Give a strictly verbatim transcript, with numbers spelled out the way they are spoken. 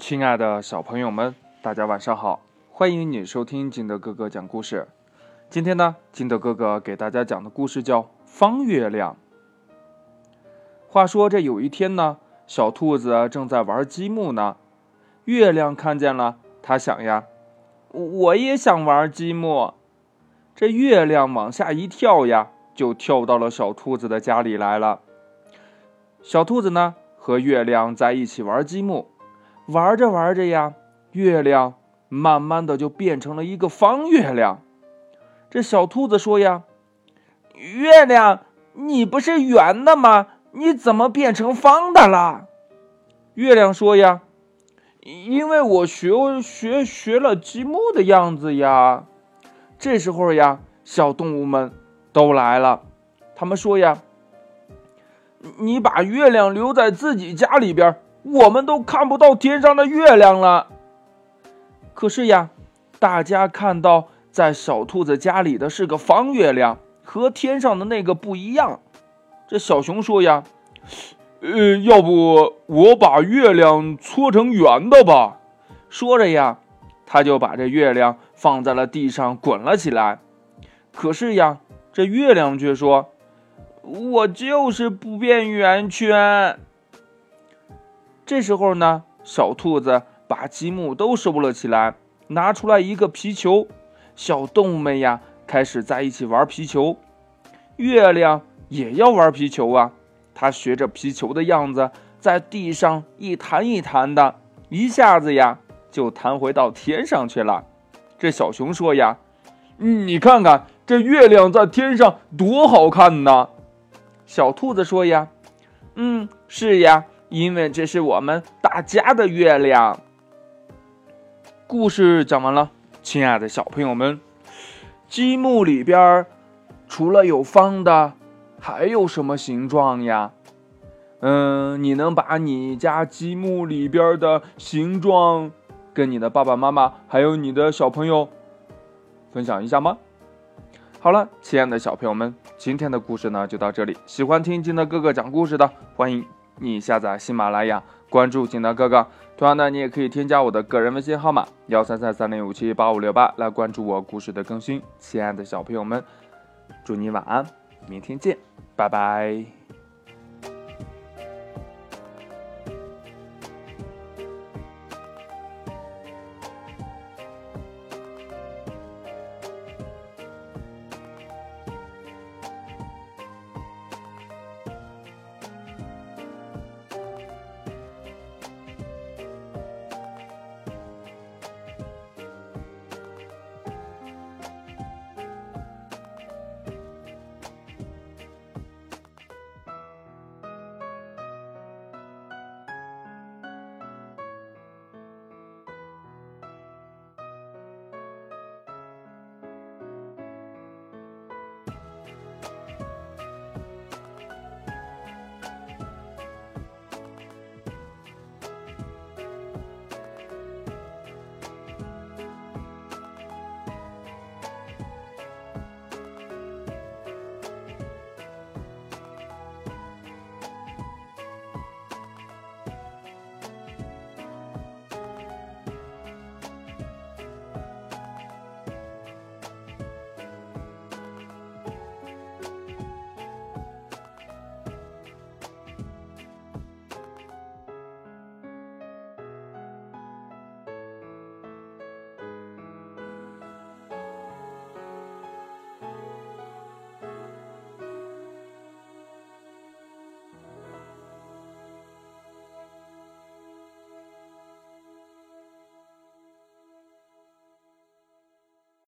亲爱的小朋友们，大家晚上好！欢迎你收听金德哥哥讲故事。今天呢，金德哥哥给大家讲的故事叫《方月亮》。话说这有一天呢，小兔子正在玩积木呢，月亮看见了，他想呀，我也想玩积木。这月亮往下一跳呀，就跳到了小兔子的家里来了。小兔子呢，和月亮在一起玩积木。玩着玩着呀，月亮慢慢的就变成了一个方月亮。这小兔子说呀，月亮，你不是圆的吗？你怎么变成方的了？月亮说呀，因为我学学学了积木的样子呀。这时候呀，小动物们都来了，他们说呀，你把月亮留在自己家里边，我们都看不到天上的月亮了。可是呀，大家看到在小兔子家里的是个方月亮，和天上的那个不一样。这小熊说呀，呃，要不我把月亮搓成圆的吧。说着呀，他就把这月亮放在了地上滚了起来。可是呀，这月亮却说，我就是不变圆圈。这时候呢，小兔子把积木都收了起来，拿出来一个皮球，小动物们呀开始在一起玩皮球。月亮也要玩皮球啊，它学着皮球的样子，在地上一弹一弹的，一下子呀就弹回到天上去了。这小熊说呀，你看看这月亮在天上多好看呢。小兔子说呀，嗯，是呀，因为这是我们大家的月亮。故事讲完了，亲爱的小朋友们，积木里边除了有方的，还有什么形状呀？嗯，你能把你家积木里边的形状跟你的爸爸妈妈还有你的小朋友分享一下吗？好了，亲爱的小朋友们，今天的故事呢就到这里。喜欢听金德哥哥讲故事的，欢迎你下载喜马拉雅，关注金德哥哥。同样的，你也可以添加我的个人微信号码幺三三三零五七八五六八来关注我故事的更新。亲爱的小朋友们，祝你晚安，明天见，拜拜。